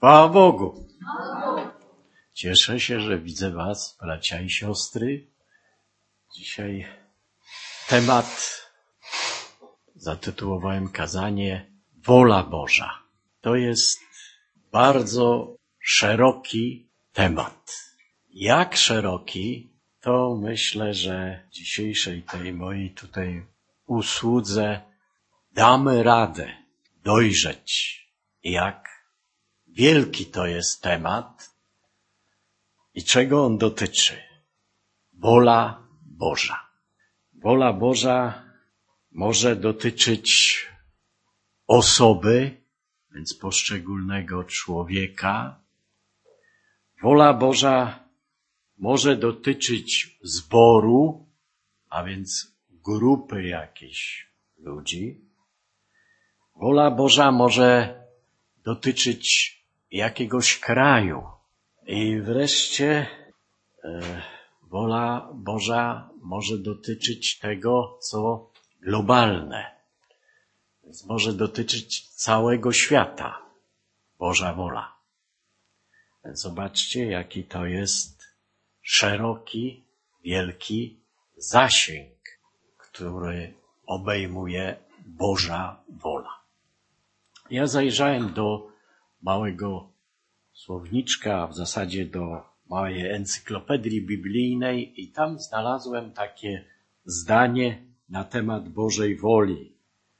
Chwała Bogu. Cieszę się, że widzę was, bracia i siostry. Dzisiaj temat zatytułowałem kazanie Wola Boża. To jest bardzo szeroki temat. Jak szeroki, to myślę, że w dzisiejszej tej mojej tutaj usłudze damy radę dojrzeć, jak wielki to jest temat i czego on dotyczy. Wola Boża. Wola Boża może dotyczyć osoby, więc poszczególnego człowieka. Wola Boża może dotyczyć zboru, a więc grupy jakichś ludzi. Wola Boża może dotyczyć jakiegoś kraju. I wreszcie wola Boża może dotyczyć tego, co globalne. Więc może dotyczyć całego świata. Boża wola. Więc zobaczcie, jaki to jest szeroki, wielki zasięg, który obejmuje Boża wola. Ja zajrzałem do małego słowniczka, w zasadzie do małej encyklopedii biblijnej i tam znalazłem takie zdanie na temat Bożej woli.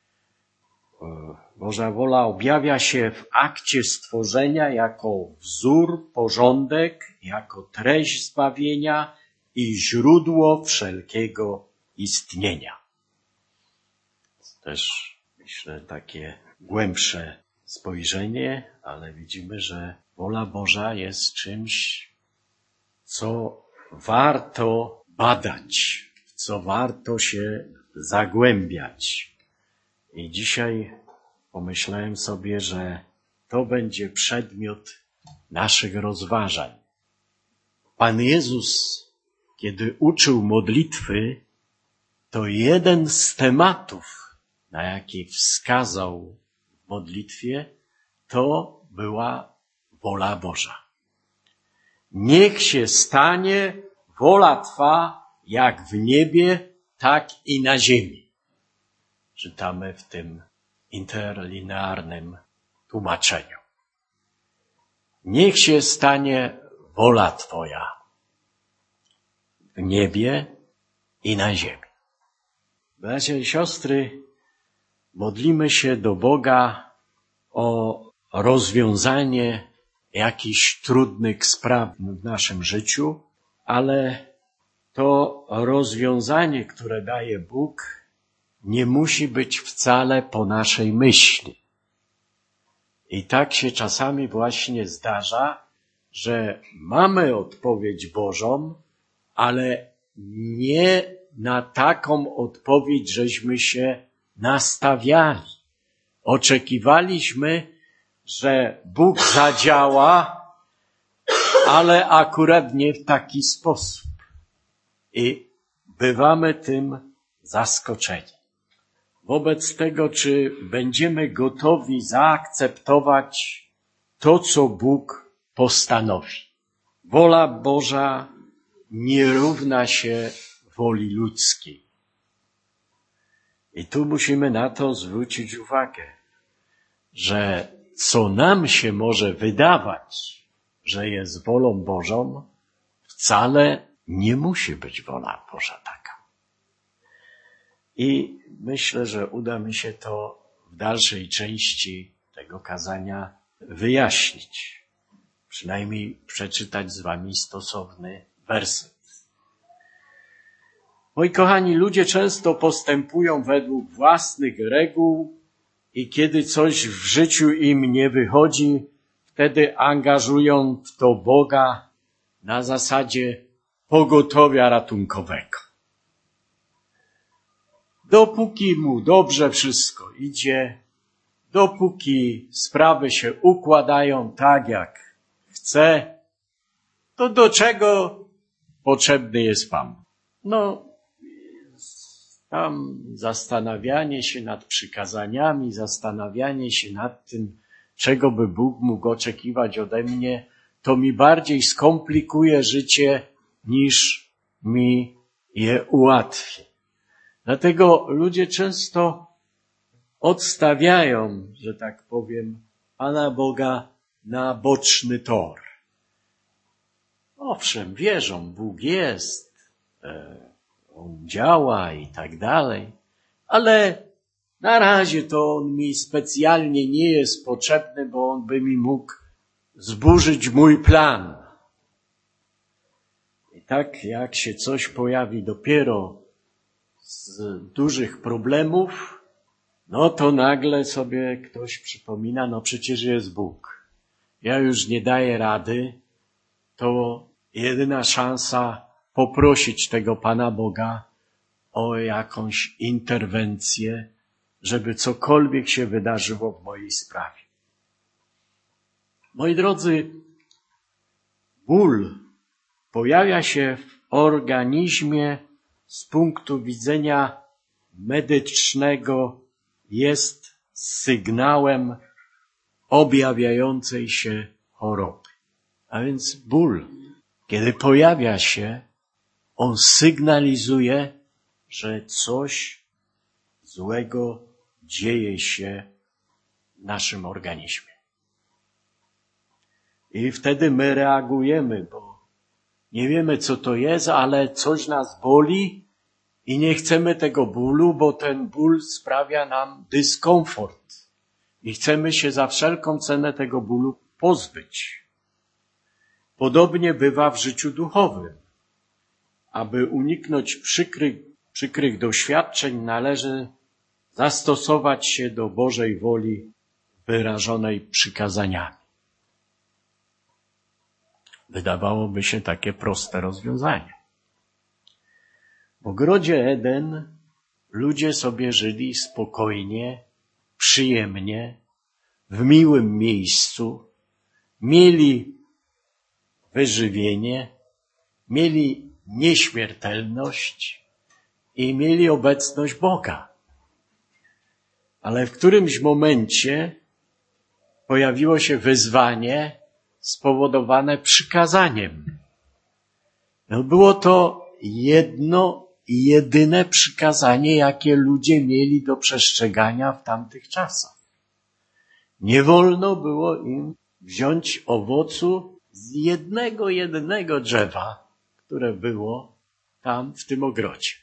Boża wola objawia się w akcie stworzenia jako wzór, porządek, jako treść zbawienia i źródło wszelkiego istnienia. Też myślę takie głębsze spojrzenie, ale widzimy, że wola Boża jest czymś, co warto badać, w co warto się zagłębiać. I dzisiaj pomyślałem sobie, że to będzie przedmiot naszych rozważań. Pan Jezus, kiedy uczył modlitwy, to jeden z tematów, na jaki wskazał w modlitwie, to była wola Boża. Niech się stanie wola Twa jak w niebie, tak i na ziemi. Czytamy w tym interlinearnym tłumaczeniu. Niech się stanie wola Twoja w niebie i na ziemi. Bracia i siostry, modlimy się do Boga o rozwiązanie jakichś trudnych spraw w naszym życiu, ale to rozwiązanie, które daje Bóg, nie musi być wcale po naszej myśli. I tak się czasami właśnie zdarza, że mamy odpowiedź Bożą, ale nie na taką odpowiedź, żeśmy się nastawiali. Oczekiwaliśmy, że Bóg zadziała, ale akurat nie w taki sposób. I bywamy tym zaskoczeni. Wobec tego, czy będziemy gotowi zaakceptować to, co Bóg postanowi. Wola Boża nie równa się woli ludzkiej. I tu musimy na to zwrócić uwagę, że co nam się może wydawać, że jest wolą Bożą, wcale nie musi być wola Boża taka. I myślę, że uda mi się to w dalszej części tego kazania wyjaśnić. Przynajmniej przeczytać z wami stosowny werset. Moi kochani, ludzie często postępują według własnych reguł i kiedy coś w życiu im nie wychodzi, wtedy angażują w to Boga na zasadzie pogotowia ratunkowego. Dopóki mu dobrze wszystko idzie, dopóki sprawy się układają tak, jak chce, to do czego potrzebny jest Pan? No, tam zastanawianie się nad przykazaniami, zastanawianie się nad tym, czego by Bóg mógł oczekiwać ode mnie, to mi bardziej skomplikuje życie, niż mi je ułatwi. Dlatego ludzie często odstawiają, że tak powiem, Pana Boga na boczny tor. Owszem, wierzą, Bóg jest, On działa i tak dalej, ale na razie to On mi specjalnie nie jest potrzebny, bo On by mi mógł zburzyć mój plan. I tak jak się coś pojawi dopiero z dużych problemów, no to nagle sobie ktoś przypomina, no przecież jest Bóg. Ja już nie daję rady, to jedyna szansa poprosić tego Pana Boga o jakąś interwencję, żeby cokolwiek się wydarzyło w mojej sprawie. Moi drodzy, ból pojawia się w organizmie z punktu widzenia medycznego, jest sygnałem objawiającej się choroby. A więc ból, kiedy pojawia się, on sygnalizuje, że coś złego dzieje się w naszym organizmie. I wtedy my reagujemy, bo nie wiemy, co to jest, ale coś nas boli i nie chcemy tego bólu, bo ten ból sprawia nam dyskomfort. I chcemy się za wszelką cenę tego bólu pozbyć. Podobnie bywa w życiu duchowym. Aby uniknąć przykrych doświadczeń, należy zastosować się do Bożej woli wyrażonej przykazaniami. Wydawałoby się takie proste rozwiązanie. W ogrodzie Eden ludzie sobie żyli spokojnie, przyjemnie, w miłym miejscu, mieli wyżywienie, mieli nieśmiertelność i mieli obecność Boga. Ale w którymś momencie pojawiło się wyzwanie spowodowane przykazaniem. No było to jedno i jedyne przykazanie, jakie ludzie mieli do przestrzegania w tamtych czasach. Nie wolno było im wziąć owocu z jednego drzewa, które było tam w tym ogrodzie.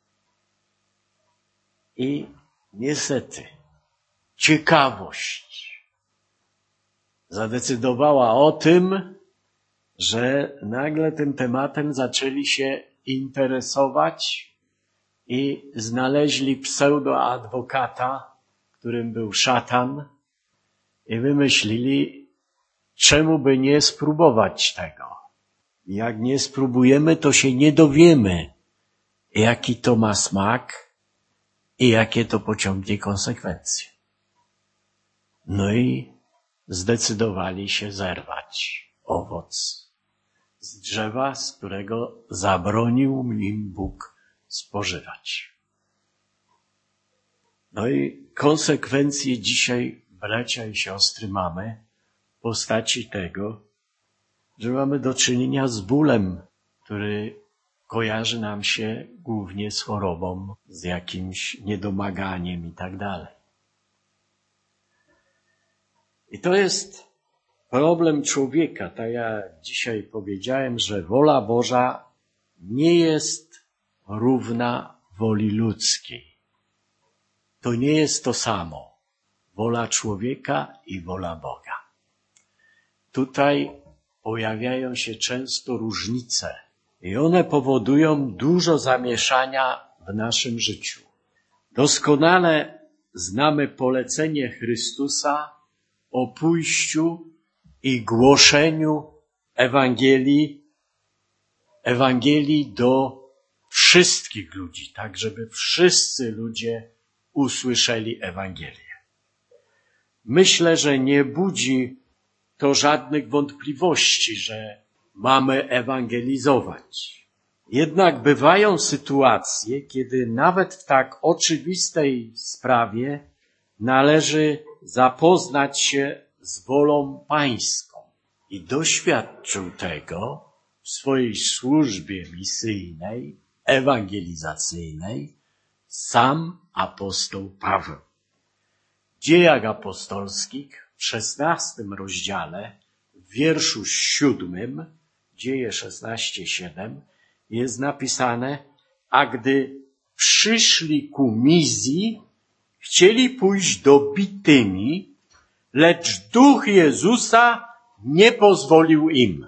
I niestety ciekawość zadecydowała o tym, że nagle tym tematem zaczęli się interesować i znaleźli pseudoadwokata, którym był szatan, i wymyślili, czemu by nie spróbować tego. Jak nie spróbujemy, to się nie dowiemy, jaki to ma smak i jakie to pociągnie konsekwencje. No i zdecydowali się zerwać owoc z drzewa, z którego zabronił im Bóg spożywać. No i konsekwencje dzisiaj, bracia i siostry, mamy w postaci tego, że mamy do czynienia z bólem, który kojarzy nam się głównie z chorobą, z jakimś niedomaganiem i tak dalej. I to jest problem człowieka. Tak ja dzisiaj powiedziałem, że wola Boża nie jest równa woli ludzkiej. To nie jest to samo. Wola człowieka i wola Boga. Tutaj pojawiają się często różnice i one powodują dużo zamieszania w naszym życiu. Doskonale znamy polecenie Chrystusa o pójściu i głoszeniu Ewangelii do wszystkich ludzi, tak żeby wszyscy ludzie usłyszeli Ewangelię. Myślę, że nie budzi to żadnych wątpliwości, że mamy ewangelizować. Jednak bywają sytuacje, kiedy nawet w tak oczywistej sprawie należy zapoznać się z wolą Pańską. I doświadczył tego w swojej służbie misyjnej, ewangelizacyjnej, sam apostoł Paweł. W Dziejach Apostolskich w 16 rozdziale, w wierszu 7, Dzieje 16:7, jest napisane: a gdy przyszli ku Mizji, chcieli pójść do Bityni, lecz Duch Jezusa nie pozwolił im.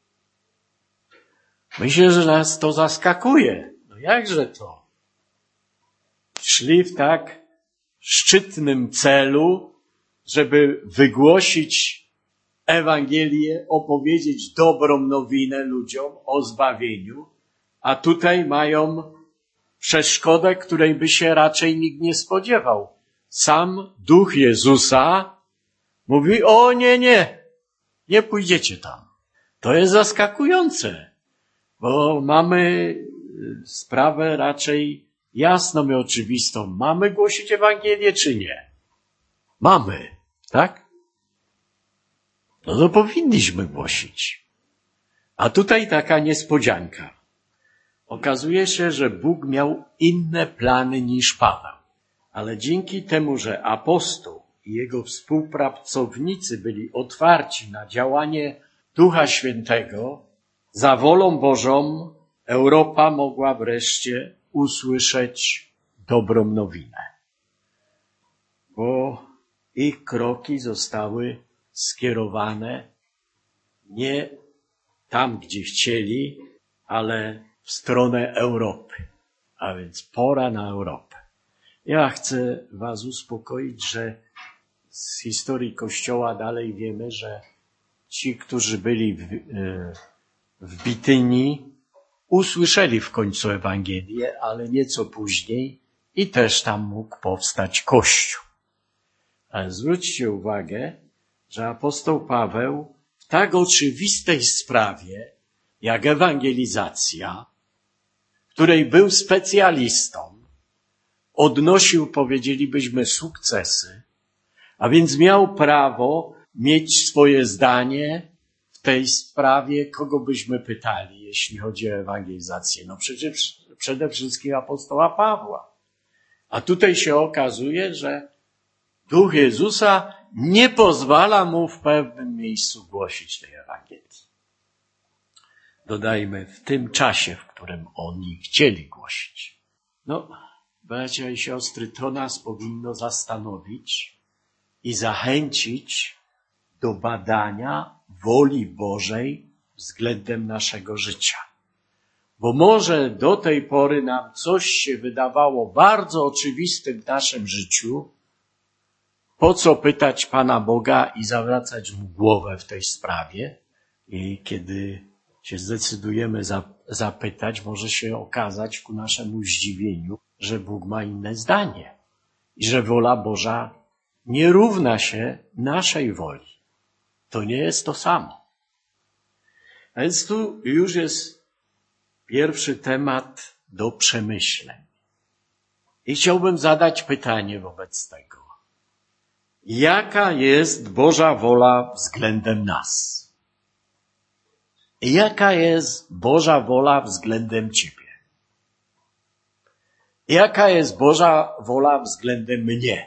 Myślę, że nas to zaskakuje. No jakże to? Szli w tak szczytnym celu, żeby wygłosić Ewangelię, opowiedzieć dobrą nowinę ludziom o zbawieniu, a tutaj mają przeszkodę, której by się raczej nikt nie spodziewał. Sam Duch Jezusa mówi: o nie pójdziecie tam. To jest zaskakujące, bo mamy sprawę raczej jasną i oczywistą. Mamy głosić Ewangelię czy nie? Mamy, tak? No to powinniśmy głosić. A tutaj taka niespodzianka. Okazuje się, że Bóg miał inne plany niż Paweł. Ale dzięki temu, że apostoł i jego współpracownicy byli otwarci na działanie Ducha Świętego, za wolą Bożą Europa mogła wreszcie usłyszeć dobrą nowinę. Bo ich kroki zostały skierowane nie tam, gdzie chcieli, ale w stronę Europy. A więc pora na Europę. Ja chcę was uspokoić, że z historii Kościoła dalej wiemy, że ci, którzy byli w Bitynii, usłyszeli w końcu Ewangelię, ale nieco później i też tam mógł powstać Kościół. Ale zwróćcie uwagę, że apostoł Paweł w tak oczywistej sprawie, jak ewangelizacja, w której był specjalistą, odnosił, powiedzielibyśmy, sukcesy, a więc miał prawo mieć swoje zdanie w tej sprawie, kogo byśmy pytali, jeśli chodzi o ewangelizację. No przecież przede wszystkim apostoła Pawła. A tutaj się okazuje, że Duch Jezusa nie pozwala mu w pewnym miejscu głosić tej Ewangelii. Dodajmy, w tym czasie, w którym oni chcieli głosić. No, bracia i siostry, to nas powinno zastanowić i zachęcić do badania woli Bożej względem naszego życia. Bo może do tej pory nam coś się wydawało bardzo oczywistym w naszym życiu. Po co pytać Pana Boga i zawracać Mu głowę w tej sprawie? I kiedy się zdecydujemy zapytać, może się okazać ku naszemu zdziwieniu, że Bóg ma inne zdanie i że wola Boża nie równa się naszej woli. To nie jest to samo. A więc tu już jest pierwszy temat do przemyśleń. I chciałbym zadać pytanie wobec tego. Jaka jest Boża wola względem nas? Jaka jest Boża wola względem ciebie? Jaka jest Boża wola względem mnie?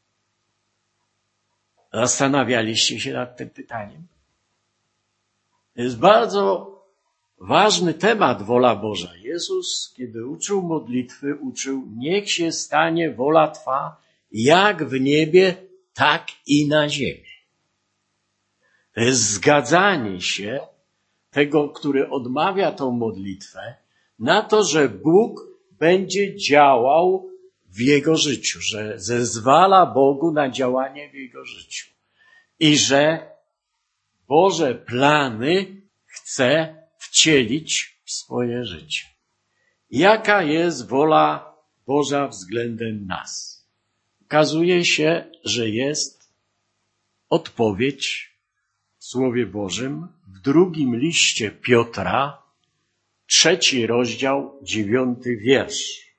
Zastanawialiście się nad tym pytaniem? To jest bardzo ważny temat, wola Boża. Jezus, kiedy uczył modlitwy, uczył: niech się stanie wola Twa, jak w niebie, tak i na ziemi. To jest zgadzanie się tego, który odmawia tą modlitwę, na to, że Bóg będzie działał w jego życiu, że zezwala Bogu na działanie w jego życiu i że Boże plany chce wcielić w swoje życie. Jaka jest wola Boża względem nas? Okazuje się, że jest odpowiedź w Słowie Bożym w drugim liście Piotra, 3 rozdział, 9 wiersz.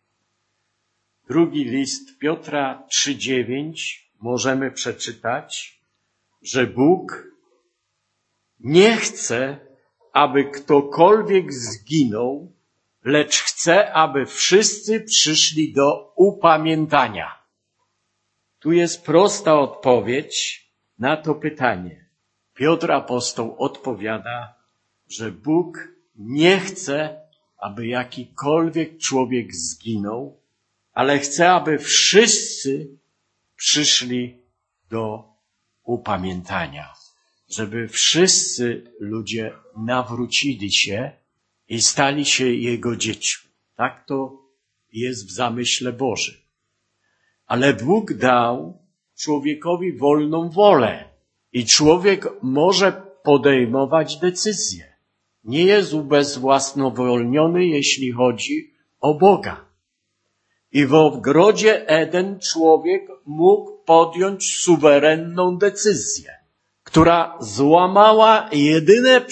Drugi list Piotra 3,9 możemy przeczytać: że Bóg nie chce, aby ktokolwiek zginął, lecz chce, aby wszyscy przyszli do upamiętania. Tu jest prosta odpowiedź na to pytanie. Piotr apostoł odpowiada, że Bóg nie chce, aby jakikolwiek człowiek zginął, ale chce, aby wszyscy przyszli do upamiętania. Żeby wszyscy ludzie nawrócili się i stali się Jego dziećmi. Tak to jest w zamyśle Bożym. Ale Bóg dał człowiekowi wolną wolę i człowiek może podejmować decyzje. Nie jest ubezwłasnowolniony, jeśli chodzi o Boga. I w ogrodzie Eden człowiek mógł podjąć suwerenną decyzję, która złamała jedyne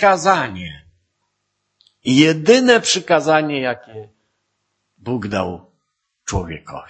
przykazanie, jakie Bóg dał człowiekowi.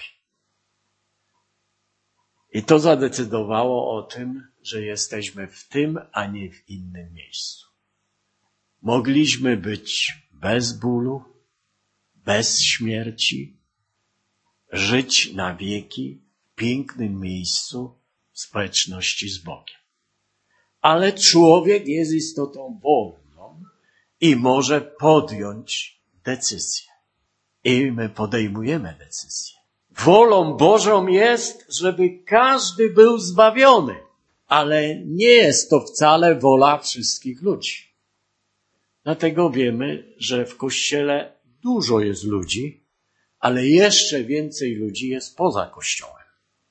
I to zadecydowało o tym, że jesteśmy w tym, a nie w innym miejscu. Mogliśmy być bez bólu, bez śmierci, żyć na wieki w pięknym miejscu w społeczności z Bogiem. Ale człowiek jest istotą wolną i może podjąć decyzję. I my podejmujemy decyzję. Wolą Bożą jest, żeby każdy był zbawiony, ale nie jest to wcale wola wszystkich ludzi. Dlatego wiemy, że w Kościele dużo jest ludzi, ale jeszcze więcej ludzi jest poza Kościołem.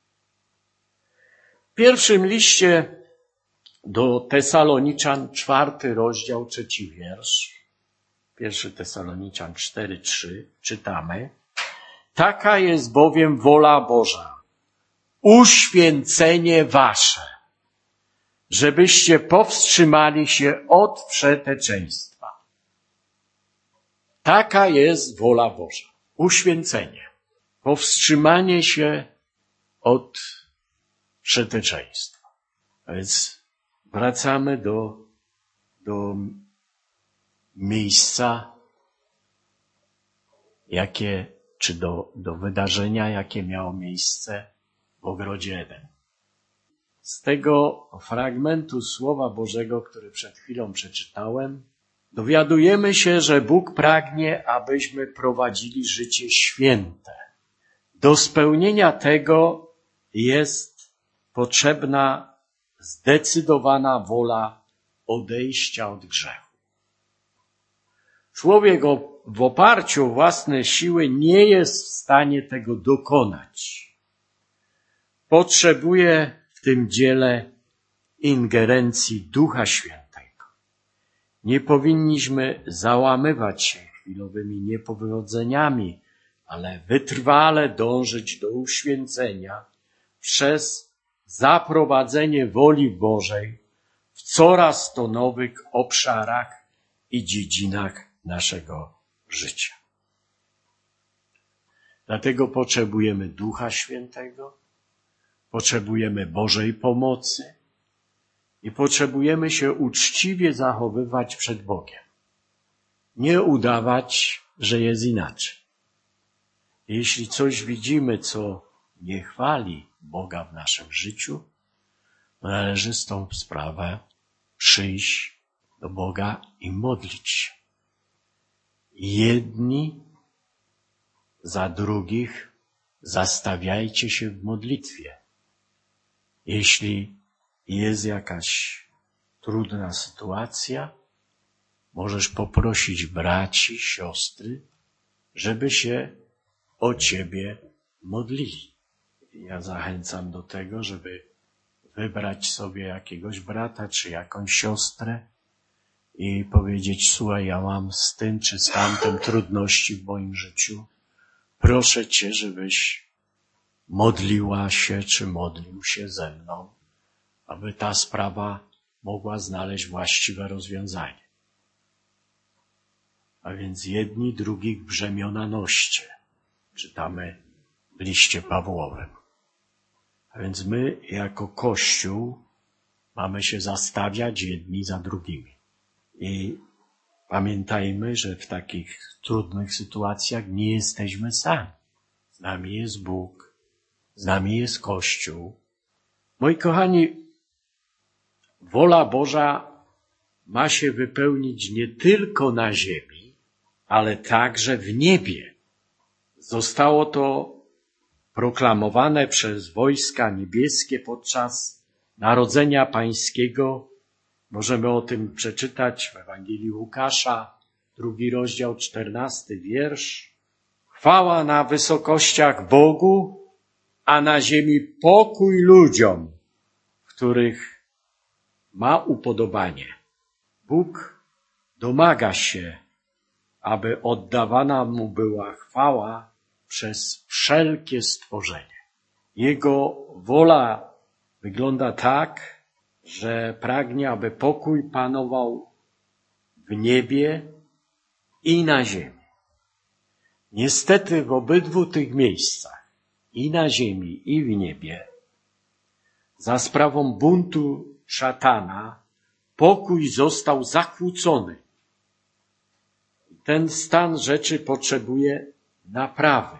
W pierwszym liście do Tesaloniczan, 4 rozdział, 3 wiersz, 1 Tesaloniczan 4:3 czytamy: Taka jest bowiem wola Boża, uświęcenie wasze, żebyście powstrzymali się od wszeteczeństwa. Taka jest wola Boża, uświęcenie, powstrzymanie się od wszeteczeństwa. A więc wracamy do miejsca, czy do wydarzenia, jakie miało miejsce w ogrodzie Eden. Z tego fragmentu Słowa Bożego, który przed chwilą przeczytałem, dowiadujemy się, że Bóg pragnie, abyśmy prowadzili życie święte. Do spełnienia tego jest potrzebna zdecydowana wola odejścia od grzechu. Człowiek w oparciu o własne siły nie jest w stanie tego dokonać. Potrzebuje w tym dziele ingerencji Ducha Świętego. Nie powinniśmy załamywać się chwilowymi niepowodzeniami, ale wytrwale dążyć do uświęcenia przez zaprowadzenie woli Bożej w coraz to nowych obszarach i dziedzinach naszego życia. Dlatego potrzebujemy Ducha Świętego, potrzebujemy Bożej pomocy i potrzebujemy się uczciwie zachowywać przed Bogiem. Nie udawać, że jest inaczej. Jeśli coś widzimy, co nie chwali Boga w naszym życiu, należy z tą sprawę przyjść do Boga i modlić się. Jedni za drugich zastawiajcie się w modlitwie. Jeśli jest jakaś trudna sytuacja, możesz poprosić braci, siostry, żeby się o ciebie modlili. Ja zachęcam do tego, żeby wybrać sobie jakiegoś brata czy jakąś siostrę i powiedzieć: słuchaj, ja mam z tym czy z tamtym trudności w moim życiu. Proszę cię, żebyś modliła się czy modlił się ze mną, aby ta sprawa mogła znaleźć właściwe rozwiązanie. A więc jedni drugich brzemiona noście. Czytamy w liście Pawłowym. A więc my jako Kościół Mamy się zastawiać jedni za drugimi. I pamiętajmy, że w takich trudnych sytuacjach nie jesteśmy sami. Z nami jest Bóg, z nami jest Kościół. Moi kochani, wola Boża ma się wypełnić nie tylko na ziemi, ale także w niebie. Zostało to proklamowane przez wojska niebieskie podczas Narodzenia Pańskiego. Możemy o tym przeczytać w Ewangelii Łukasza, 2 rozdział, 14 wiersz. Chwała na wysokościach Bogu, a na ziemi pokój ludziom, w których ma upodobanie. Bóg domaga się, aby oddawana Mu była chwała przez wszelkie stworzenie. Jego wola wygląda tak, że pragnie, aby pokój panował w niebie i na ziemi. Niestety w obydwu tych miejscach, i na ziemi, i w niebie, za sprawą buntu szatana, pokój został zakłócony. Ten stan rzeczy potrzebuje naprawy.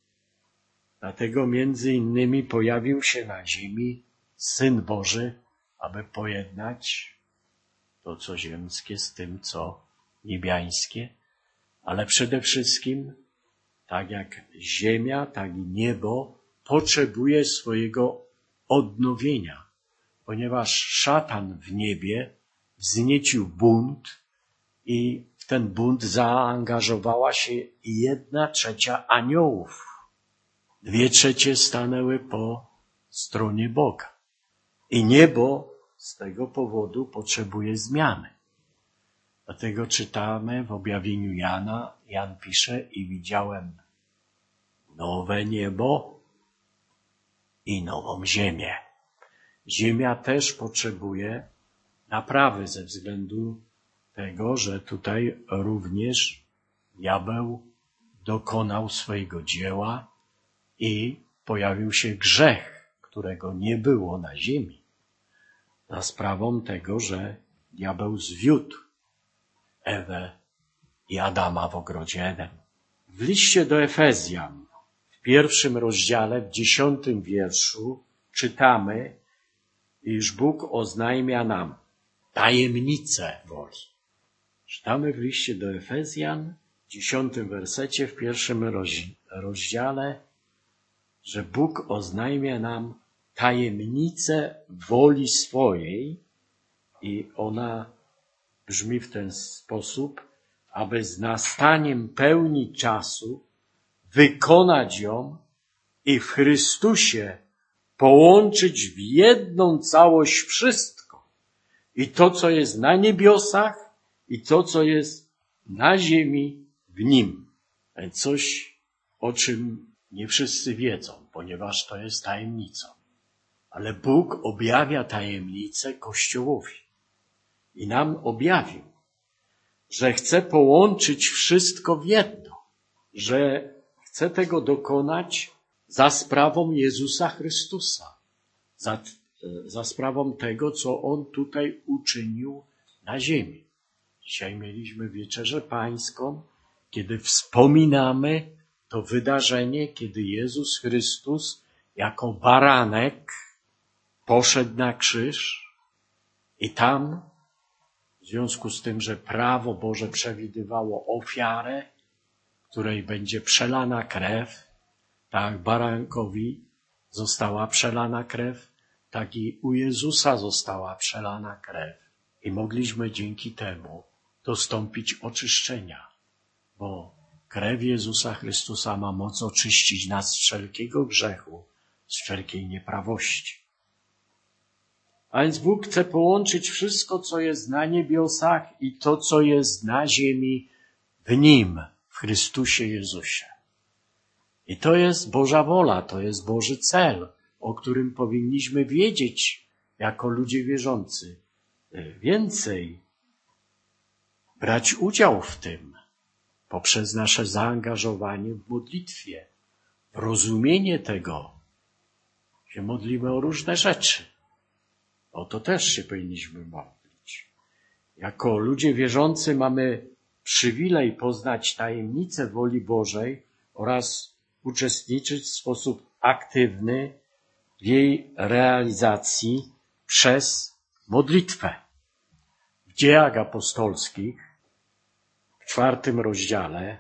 Dlatego między innymi pojawił się na ziemi Syn Boży, aby pojednać to, co ziemskie, z tym, co niebiańskie, ale przede wszystkim, tak jak ziemia, tak i niebo potrzebuje swojego odnowienia, ponieważ szatan w niebie wzniecił bunt i w ten bunt zaangażowała się 1/3 aniołów. 2/3 stanęły po stronie Boga. I niebo z tego powodu potrzebuje zmiany. Dlatego czytamy w objawieniu Jana, Jan pisze: i widziałem nowe niebo i nową ziemię. Ziemia też potrzebuje naprawy ze względu tego, że tutaj również diabeł dokonał swojego dzieła i pojawił się grzech, którego nie było na ziemi, za sprawą tego, że diabeł zwiódł Ewę i Adama w ogrodzie Eden. W liście do Efezjan, w 1 rozdziale, w 10 wierszu czytamy, iż Bóg oznajmia nam tajemnicę woli. Czytamy w liście do Efezjan, w 10 wersecie, w 1 rozdziale, że Bóg oznajmia nam tajemnicę woli swojej i ona brzmi w ten sposób, aby z nastaniem pełni czasu wykonać ją i w Chrystusie połączyć w jedną całość wszystko. I to, co jest na niebiosach, i to, co jest na ziemi w Nim. Coś, o czym nie wszyscy wiedzą, ponieważ to jest tajemnicą. Ale Bóg objawia tajemnicę Kościołowi. I nam objawił, że chce połączyć wszystko w jedno, że chce tego dokonać za sprawą Jezusa Chrystusa, za sprawą tego, co On tutaj uczynił na ziemi. Dzisiaj mieliśmy Wieczerzę Pańską, kiedy wspominamy to wydarzenie, kiedy Jezus Chrystus jako baranek poszedł na krzyż i tam, w związku z tym, że prawo Boże przewidywało ofiarę, której będzie przelana krew, tak barankowi została przelana krew, tak i u Jezusa została przelana krew. I mogliśmy dzięki temu dostąpić oczyszczenia, bo krew Jezusa Chrystusa ma moc oczyścić nas z wszelkiego grzechu, z wszelkiej nieprawości. A więc Bóg chce połączyć wszystko, co jest na niebiosach i to, co jest na ziemi w Nim, w Chrystusie Jezusie. I to jest Boża wola, to jest Boży cel, o którym powinniśmy wiedzieć jako ludzie wierzący. Więcej brać udział w tym poprzez nasze zaangażowanie w modlitwie, w rozumienie tego, że modlimy o różne rzeczy. O to też się powinniśmy modlić. Jako ludzie wierzący mamy przywilej poznać tajemnicę woli Bożej oraz uczestniczyć w sposób aktywny w jej realizacji przez modlitwę. W Dziejach Apostolskich w 4 rozdziale,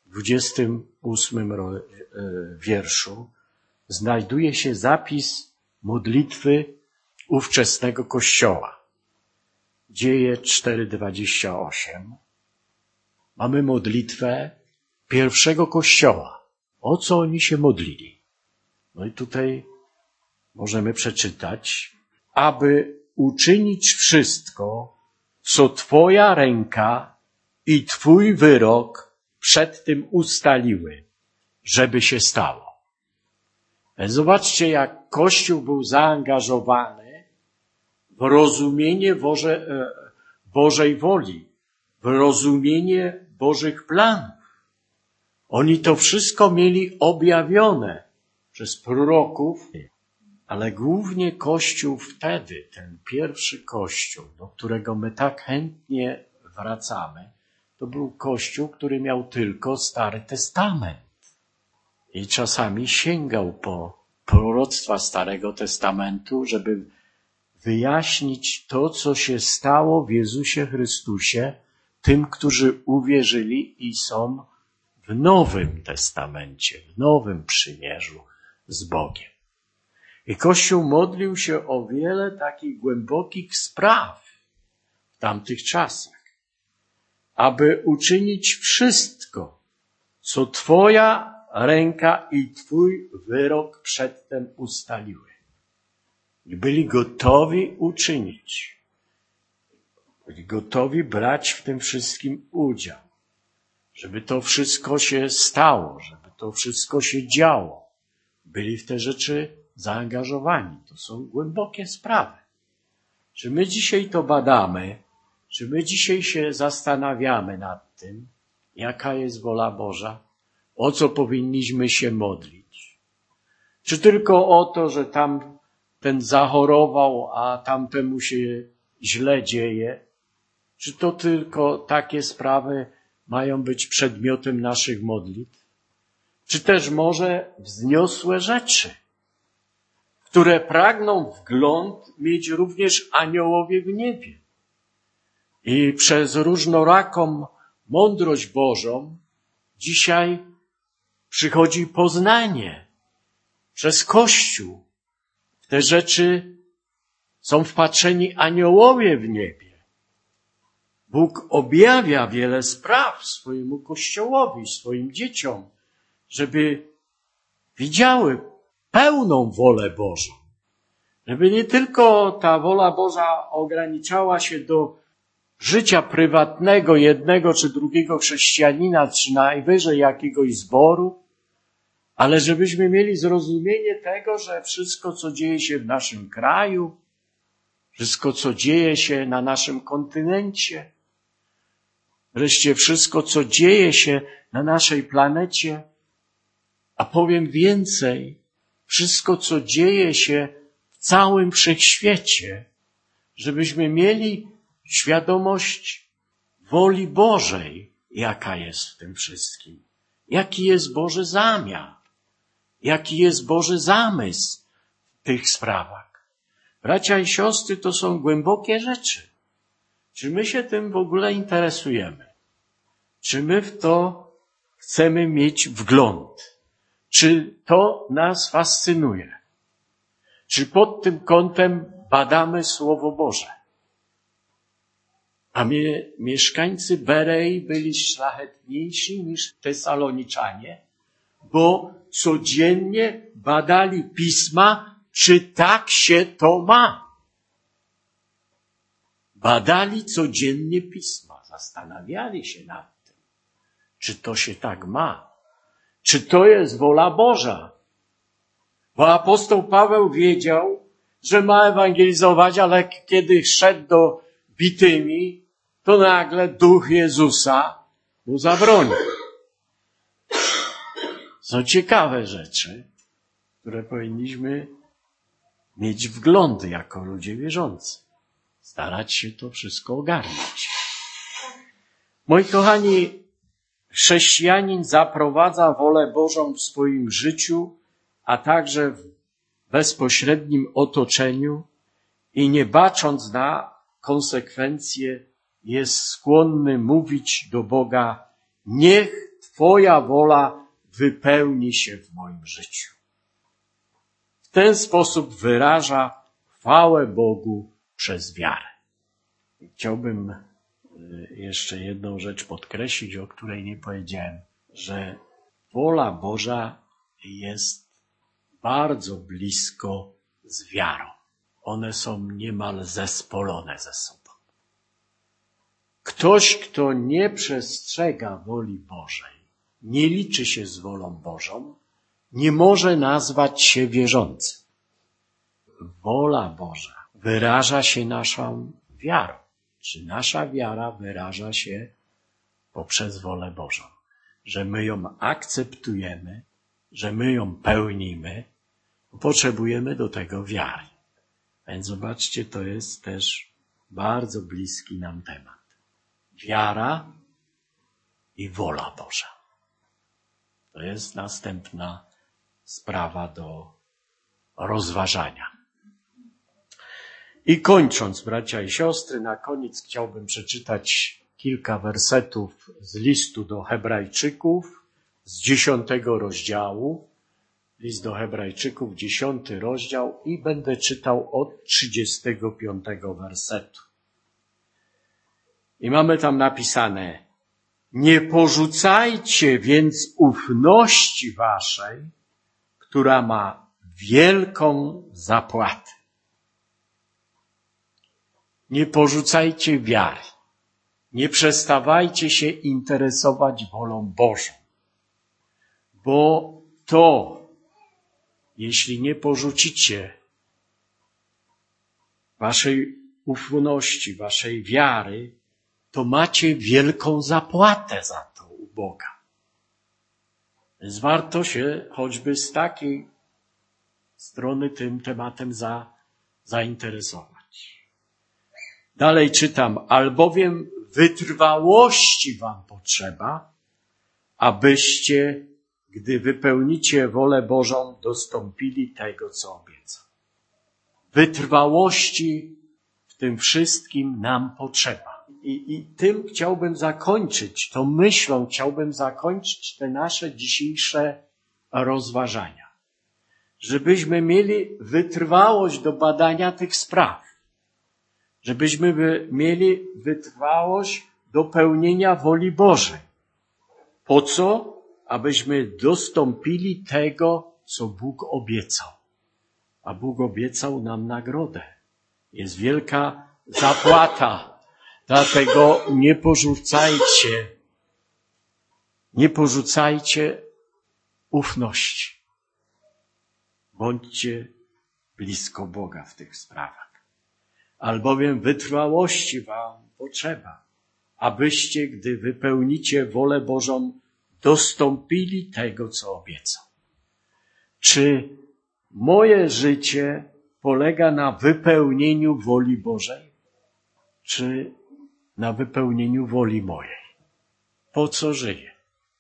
28 wierszu znajduje się zapis modlitwy ówczesnego Kościoła. Dzieje 4:28. Mamy modlitwę pierwszego Kościoła. O co oni się modlili? No i tutaj możemy przeczytać, aby uczynić wszystko, co Twoja ręka i Twój wyrok przed tym ustaliły, żeby się stało. Zobaczcie, jak Kościół był zaangażowany w rozumienie Bożej woli, w rozumienie Bożych planów. Oni to wszystko mieli objawione przez proroków, ale głównie Kościół wtedy, ten pierwszy Kościół, do którego my tak chętnie wracamy, to był Kościół, który miał tylko Stary Testament. I czasami sięgał po proroctwa Starego Testamentu, żeby wyjaśnić to, co się stało w Jezusie Chrystusie, tym, którzy uwierzyli i są w Nowym Testamencie, w Nowym Przymierzu z Bogiem. I Kościół modlił się o wiele takich głębokich spraw w tamtych czasach, aby uczynić wszystko, co Twoja ręka i Twój wyrok przedtem ustaliły. I byli gotowi uczynić. Byli gotowi brać w tym wszystkim udział. Żeby to wszystko się stało, żeby to wszystko się działo. Byli w te rzeczy zaangażowani. To są głębokie sprawy. Czy my dzisiaj to badamy? Czy my dzisiaj się zastanawiamy nad tym, jaka jest wola Boża? O co powinniśmy się modlić? Czy tylko o to, że ten zachorował, a tamtemu się źle dzieje? Czy to tylko takie sprawy mają być przedmiotem naszych modlitw? Czy też może wzniosłe rzeczy, które pragną wgląd mieć również aniołowie w niebie? I przez różnoraką mądrość Bożą dzisiaj przychodzi poznanie przez Kościół. W te rzeczy są wpatrzeni aniołowie w niebie. Bóg objawia wiele spraw swojemu Kościołowi, swoim dzieciom, żeby widziały pełną wolę Bożą. Żeby nie tylko ta wola Boża ograniczała się do życia prywatnego jednego czy drugiego chrześcijanina, czy najwyżej jakiegoś zboru, ale żebyśmy mieli zrozumienie tego, że wszystko, co dzieje się w naszym kraju, wszystko, co dzieje się na naszym kontynencie, wreszcie wszystko, co dzieje się na naszej planecie, a powiem więcej, wszystko, co dzieje się w całym wszechświecie, żebyśmy mieli świadomość woli Bożej, jaka jest w tym wszystkim. Jaki jest Boży zamiar, jaki jest Boży zamysł w tych sprawach. Bracia i siostry, to są głębokie rzeczy. Czy my się tym w ogóle interesujemy? Czy my w to chcemy mieć wgląd? Czy to nas fascynuje? Czy pod tym kątem badamy Słowo Boże? A mieszkańcy Berei byli szlachetniejsi niż Tesaloniczanie, bo codziennie badali Pisma, czy tak się to ma. Badali codziennie Pisma, zastanawiali się nad tym, czy to się tak ma, czy to jest wola Boża. Bo apostoł Paweł wiedział, że ma ewangelizować, ale kiedy szedł do Bitymi, to nagle Duch Jezusa mu zabronił. Są ciekawe rzeczy, które powinniśmy mieć wgląd jako ludzie wierzący. Starać się to wszystko ogarnąć. Moi kochani, chrześcijanin zaprowadza wolę Bożą w swoim życiu, a także w bezpośrednim otoczeniu i nie bacząc na konsekwencje jest skłonny mówić do Boga: niech Twoja wola wypełni się w moim życiu. W ten sposób wyraża chwałę Bogu przez wiarę. Chciałbym jeszcze jedną rzecz podkreślić, o której nie powiedziałem, że wola Boża jest bardzo blisko z wiarą. One są niemal zespolone ze sobą. Ktoś, kto nie przestrzega woli Bożej, nie liczy się z wolą Bożą, nie może nazwać się wierzącym. Wola Boża wyraża się naszą wiarą. Czy nasza wiara wyraża się poprzez wolę Bożą? Że my ją akceptujemy, że my ją pełnimy, potrzebujemy do tego wiary. Więc zobaczcie, to jest też bardzo bliski nam temat. Wiara i wola Boża. To jest następna sprawa do rozważania. I kończąc, bracia i siostry, na koniec chciałbym przeczytać kilka wersetów z listu do Hebrajczyków z 10 rozdziału. List do Hebrajczyków, 10 rozdział i będę czytał od 35 wersetu. I mamy tam napisane: nie porzucajcie więc ufności waszej, która ma wielką zapłatę. Nie porzucajcie wiary. Nie przestawajcie się interesować wolą Bożą. Bo to, jeśli nie porzucicie waszej ufności, waszej wiary, to macie wielką zapłatę za to u Boga. Więc warto się choćby z takiej strony tym tematem zainteresować. Dalej czytam: albowiem wytrwałości wam potrzeba, abyście, gdy wypełnicie wolę Bożą, dostąpili tego, co obiecał. Wytrwałości w tym wszystkim nam potrzeba. I tym chciałbym zakończyć, tą myślą chciałbym zakończyć te nasze dzisiejsze rozważania. Żebyśmy mieli wytrwałość do badania tych spraw. Żebyśmy mieli wytrwałość do pełnienia woli Bożej. Po co? Abyśmy dostąpili tego, co Bóg obiecał. A Bóg obiecał nam nagrodę. Jest wielka zapłata. Dlatego nie porzucajcie ufności. Bądźcie blisko Boga w tych sprawach. Albowiem wytrwałości wam potrzeba, abyście, gdy wypełnicie wolę Bożą, dostąpili tego, co obiecał. Czy moje życie polega na wypełnieniu woli Bożej, czy na wypełnieniu woli mojej? Po co żyję?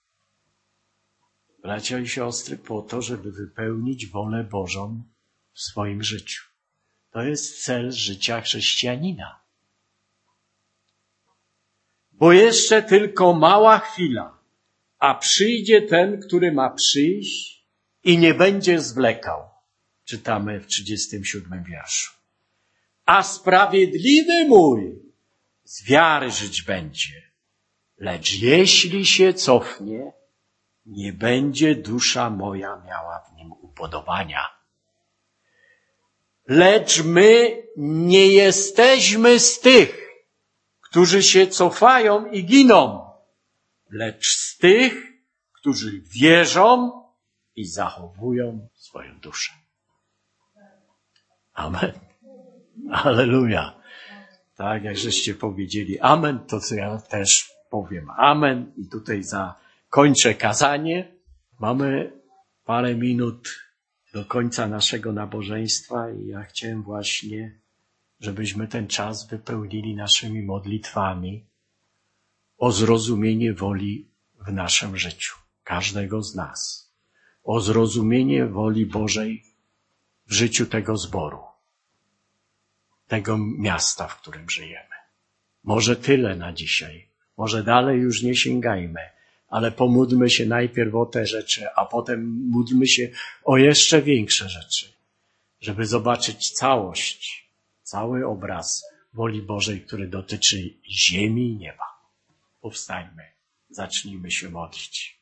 Bracia i siostry, po to, żeby wypełnić wolę Bożą w swoim życiu. To jest cel życia chrześcijanina. Bo jeszcze tylko mała chwila, a przyjdzie ten, który ma przyjść i nie będzie zwlekał. Czytamy w 37 wierszu. A sprawiedliwy mój z wiary żyć będzie. Lecz jeśli się cofnie, nie będzie dusza moja miała w nim upodobania. Lecz my nie jesteśmy z tych, którzy się cofają i giną, lecz z tych, którzy wierzą i zachowują swoją duszę. Amen. Alleluja. Tak, jak żeście powiedzieli amen, to co ja też powiem amen. I tutaj zakończę kazanie. Mamy parę minut do końca naszego nabożeństwa i ja chciałem właśnie, żebyśmy ten czas wypełnili naszymi modlitwami o zrozumienie woli w naszym życiu, każdego z nas, o zrozumienie woli Bożej w życiu tego zboru, tego miasta, w którym żyjemy. Może tyle na dzisiaj, może dalej już nie sięgajmy, ale pomódlmy się najpierw o te rzeczy, a potem módlmy się o jeszcze większe rzeczy, żeby zobaczyć całość, cały obraz woli Bożej, który dotyczy ziemi i nieba. Powstańmy, zacznijmy się modlić.